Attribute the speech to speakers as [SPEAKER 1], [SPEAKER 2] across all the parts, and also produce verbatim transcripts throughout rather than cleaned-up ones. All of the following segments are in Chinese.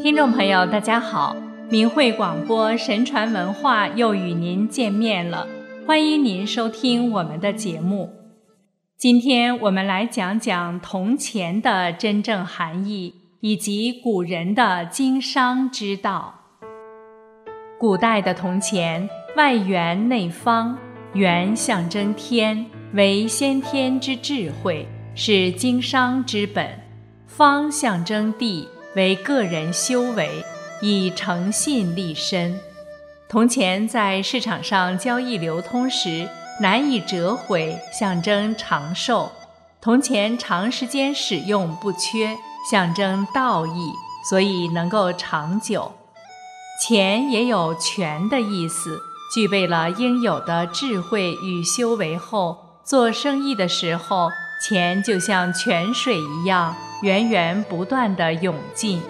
[SPEAKER 1] 听众朋友大家好，明慧广播神传文化又与您见面了，欢迎您收听我们的节目。今天我们来讲讲铜钱的真正含义，以及古人的经商之道。古代的铜钱外圆内方，圆象征天，为先天之智慧，是经商之本；方象征地，为个人修为，以诚信立身。铜钱在市场上交易流通时难以折毁，象征长寿；铜钱长时间使用不缺，象征道义，所以能够长久。钱也有权的意思，具备了应有的智慧与修为后，做生意的时候，钱就像泉水一样源源不断地涌进。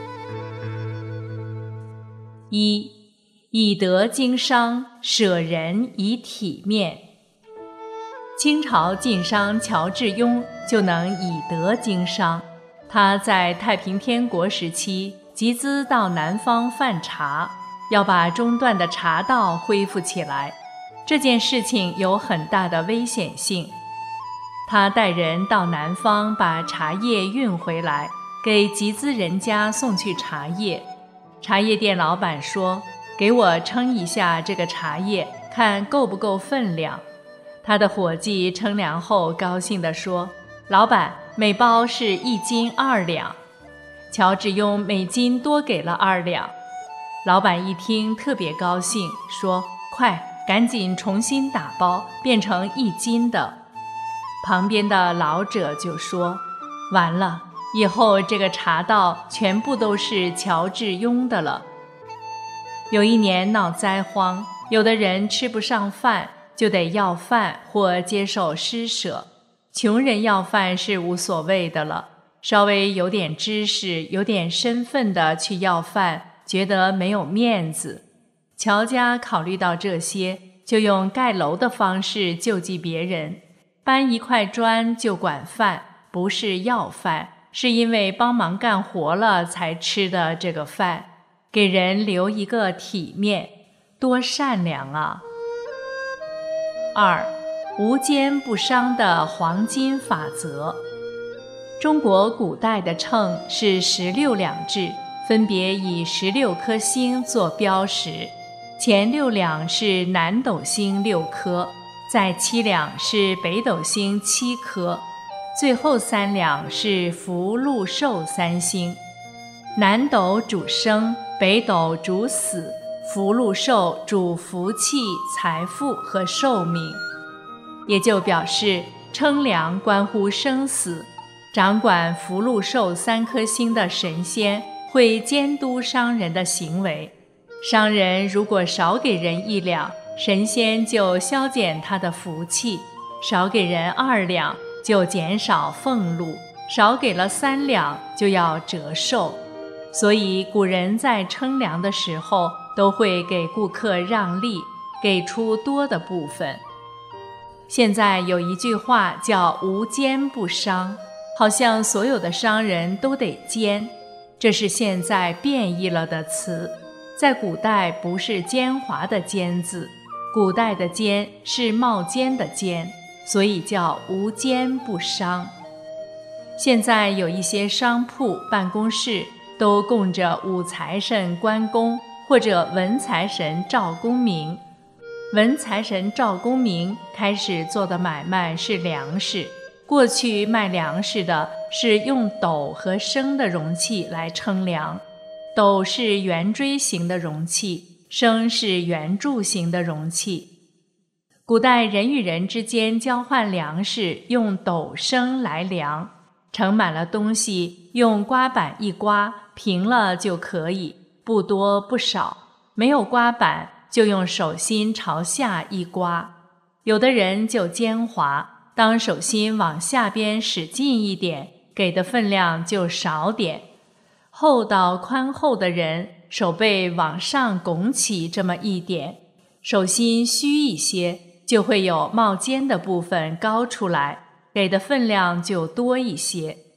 [SPEAKER 1] 一，以德经商，舍人以体面。清朝晋商乔致庸就能以德经商，他在太平天国时期集资到南方贩茶，要把中断的茶道恢复起来。这件事情有很大的危险性。他带人到南方把茶叶运回来，给集资人家送去茶叶。茶叶店老板说：“给我称一下这个茶叶，看够不够分量。”他的伙计称量后高兴地说：“老板，每包是一斤二两。”乔致庸每斤多给了二两。老板一听特别高兴，说：“快，赶紧重新打包，变成一斤的。”旁边的老者就说：“完了，以后这个茶道全部都是乔致庸的了。”有一年闹灾荒，有的人吃不上饭，就得要饭或接受施舍。穷人要饭是无所谓的了，稍微有点知识、有点身份的去要饭，觉得没有面子。乔家考虑到这些，就用盖楼的方式救济别人。搬一块砖就管饭，不是要饭，是因为帮忙干活了才吃的这个饭，给人留一个体面，多善良啊！二，无奸不商的黄金法则。中国古代的秤是十六两制，分别以十六颗星做标识，前六两是南斗星六颗，在七两是北斗星七颗，最后三两是福禄寿三星。南斗主生，北斗主死，福禄寿主福气、财富和寿命。也就表示称量关乎生死，掌管福禄寿三颗星的神仙会监督商人的行为。商人如果少给人一两，神仙就消减他的福气；少给人二两，就减少俸禄；少给了三两，就要折寿。所以古人在称量的时候，都会给顾客让利，给出多的部分。现在有一句话叫无奸不商，好像所有的商人都得奸，这是现在变异了的词。在古代不是奸猾的奸字，古代的奸是冒尖的尖，所以叫无奸不商。现在有一些商铺、办公室都供着武财神关公或者文财神赵公明。文财神赵公明开始做的买卖是粮食，过去卖粮食的是用斗和升的容器来称量，斗是圆锥形的容器，升是圆柱形的容器。古代人与人之间交换粮食用斗升来量，盛满了东西用刮板一刮，平了就可以，不多不少。没有刮板就用手心朝下一刮。有的人就奸猾，当手心往下边使劲一点，给的分量就少点。厚道宽厚的人，手背往上拱起这么一点，手心虚一些，就会有冒尖的部分高出来，给的分量就多一些。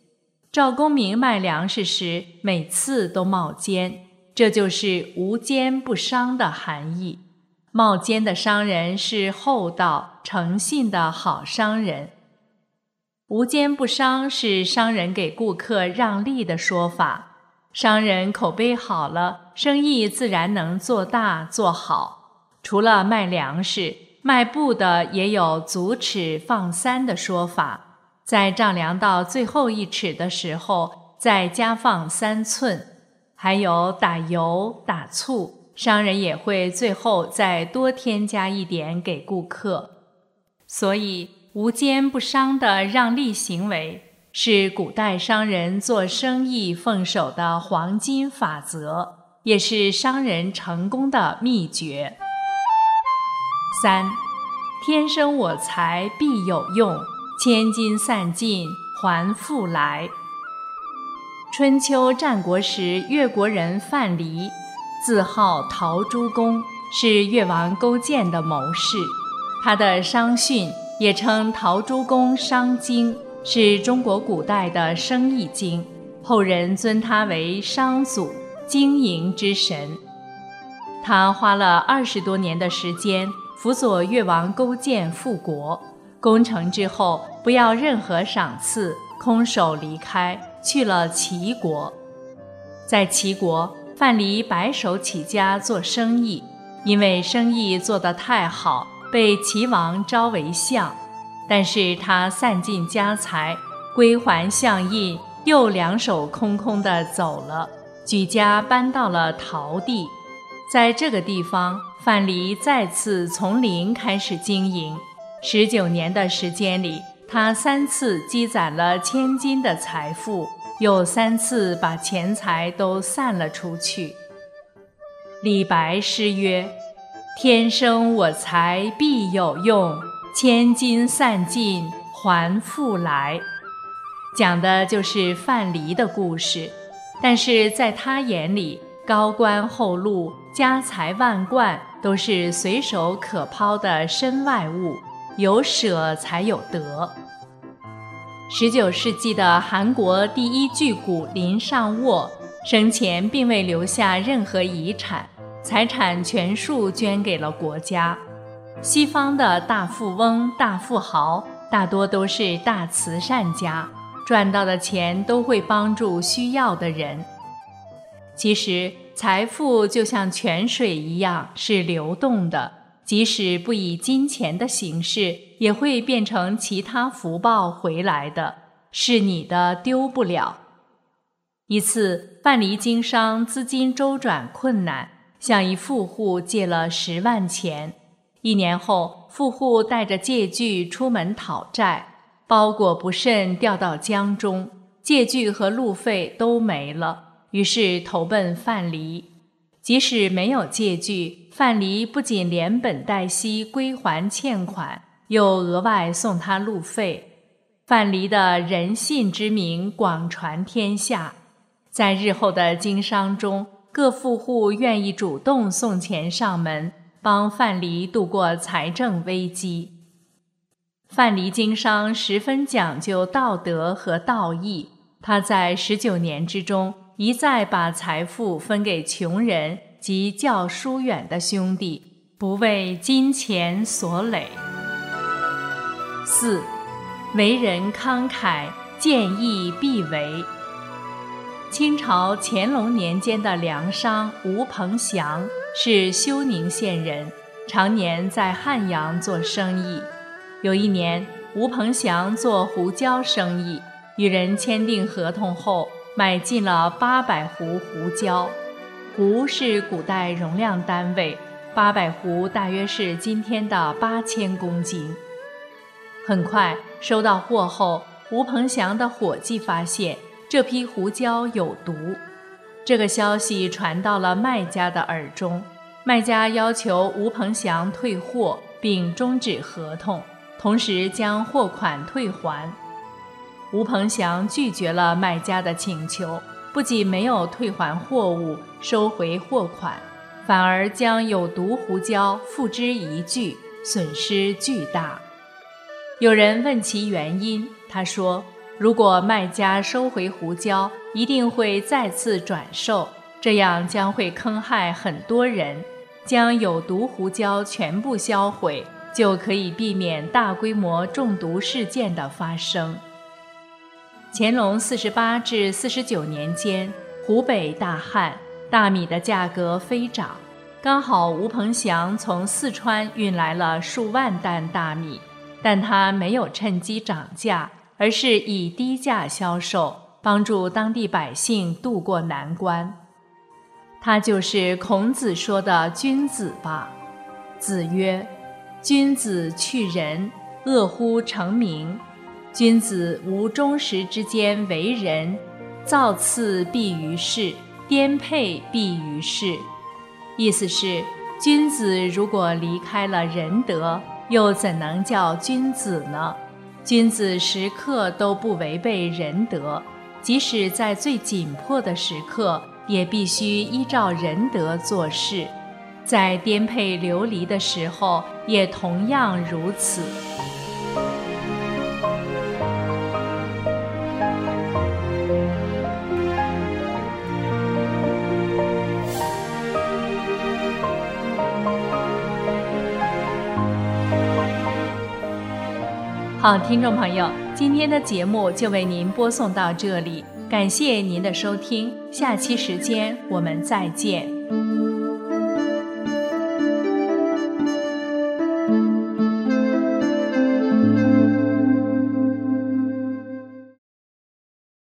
[SPEAKER 1] 赵公明卖粮食时每次都冒尖，这就是无奸不商的含义。冒尖的商人是厚道诚信的好商人。无奸不商是商人给顾客让利的说法，商人口碑好了，生意自然能做大做好。除了卖粮食，卖布的也有足尺放三的说法，在丈量到最后一尺的时候再加放三寸。还有打油打醋，商人也会最后再多添加一点给顾客。所以无奸不商的让利行为是古代商人做生意奉守的黄金法则，也是商人成功的秘诀。三，天生我材必有用，千金散尽还复来。春秋战国时，越国人范蠡，自号陶朱公，是越王勾践的谋士。他的商训也称陶朱公商经，是中国古代的生意经，后人尊他为商祖，经营之神。他花了二十多年的时间辅佐越王勾践复国，攻城之后不要任何赏赐，空手离开，去了齐国。在齐国，范蠡白手起家做生意，因为生意做得太好，被齐王招为相。但是他散尽家财，归还相印，又两手空空地走了，举家搬到了陶地。在这个地方，范蠡再次从零开始经营。十九年的时间里，他三次积攒了千金的财富，又三次把钱财都散了出去。李白诗曰：天生我材必有用，千金散尽还复来。讲的就是范蠡的故事，但是在他眼里，高官厚禄、家财万贯都是随手可抛的身外物，有舍才有得。十九世纪的韩国第一巨贾林尚沃生前并未留下任何遗产，财产全数捐给了国家。西方的大富翁、大富豪大多都是大慈善家，赚到的钱都会帮助需要的人。其实财富就像泉水一样是流动的，即使不以金钱的形式，也会变成其他福报回来的，是你的丢不了。一次，范蠡经商资金周转困难，向一富户借了十万钱。一年后，富户带着借据出门讨债，包裹不慎掉到江中，借据和路费都没了，于是投奔范蠡。即使没有借据，范蠡不仅连本带息归还欠款，又额外送他路费。范蠡的仁信之名广传天下，在日后的经商中，各富户愿意主动送钱上门，帮范蠡度过财政危机。范蠡经商十分讲究道德和道义，他在十九年之中一再把财富分给穷人及较疏远的兄弟，不为金钱所累。四，为人慷慨，见义必为。清朝乾隆年间的粮商吴鹏祥是休宁县人，常年在汉阳做生意。有一年，吴鹏祥做胡椒生意，与人签订合同后，买进了八百斛胡椒。斛是古代容量单位，八百斛大约是今天的八千公斤。很快收到货后，吴鹏祥的伙计发现这批胡椒有毒。这个消息传到了卖家的耳中，卖家要求吴鹏祥退货并终止合同，同时将货款退还。吴鹏祥拒绝了卖家的请求，不仅没有退还货物，收回货款，反而将有毒胡椒付之一炬，损失巨大。有人问其原因，他说： 如果卖家收回胡椒，一定会再次转售，这样将会坑害很多人。将有毒胡椒全部销毁，就可以避免大规模中毒事件的发生。乾隆四十八至四十九年间，湖北大旱，大米的价格飞涨。刚好吴鹏祥从四川运来了数万担大米，但他没有趁机涨价，而是以低价销售，帮助当地百姓渡过难关。他就是孔子说的君子吧。子曰：君子去仁，恶乎成名。君子无忠实之间为人，造次必于世，颠沛必于世。意思是，君子如果离开了仁德，又怎能叫君子呢？君子时刻都不违背仁德，即使在最紧迫的时刻，也必须依照仁德做事，在颠沛流离的时候，也同样如此。好，听众朋友，今天的节目就为您播送到这里，感谢您的收听，下期时间我们再见。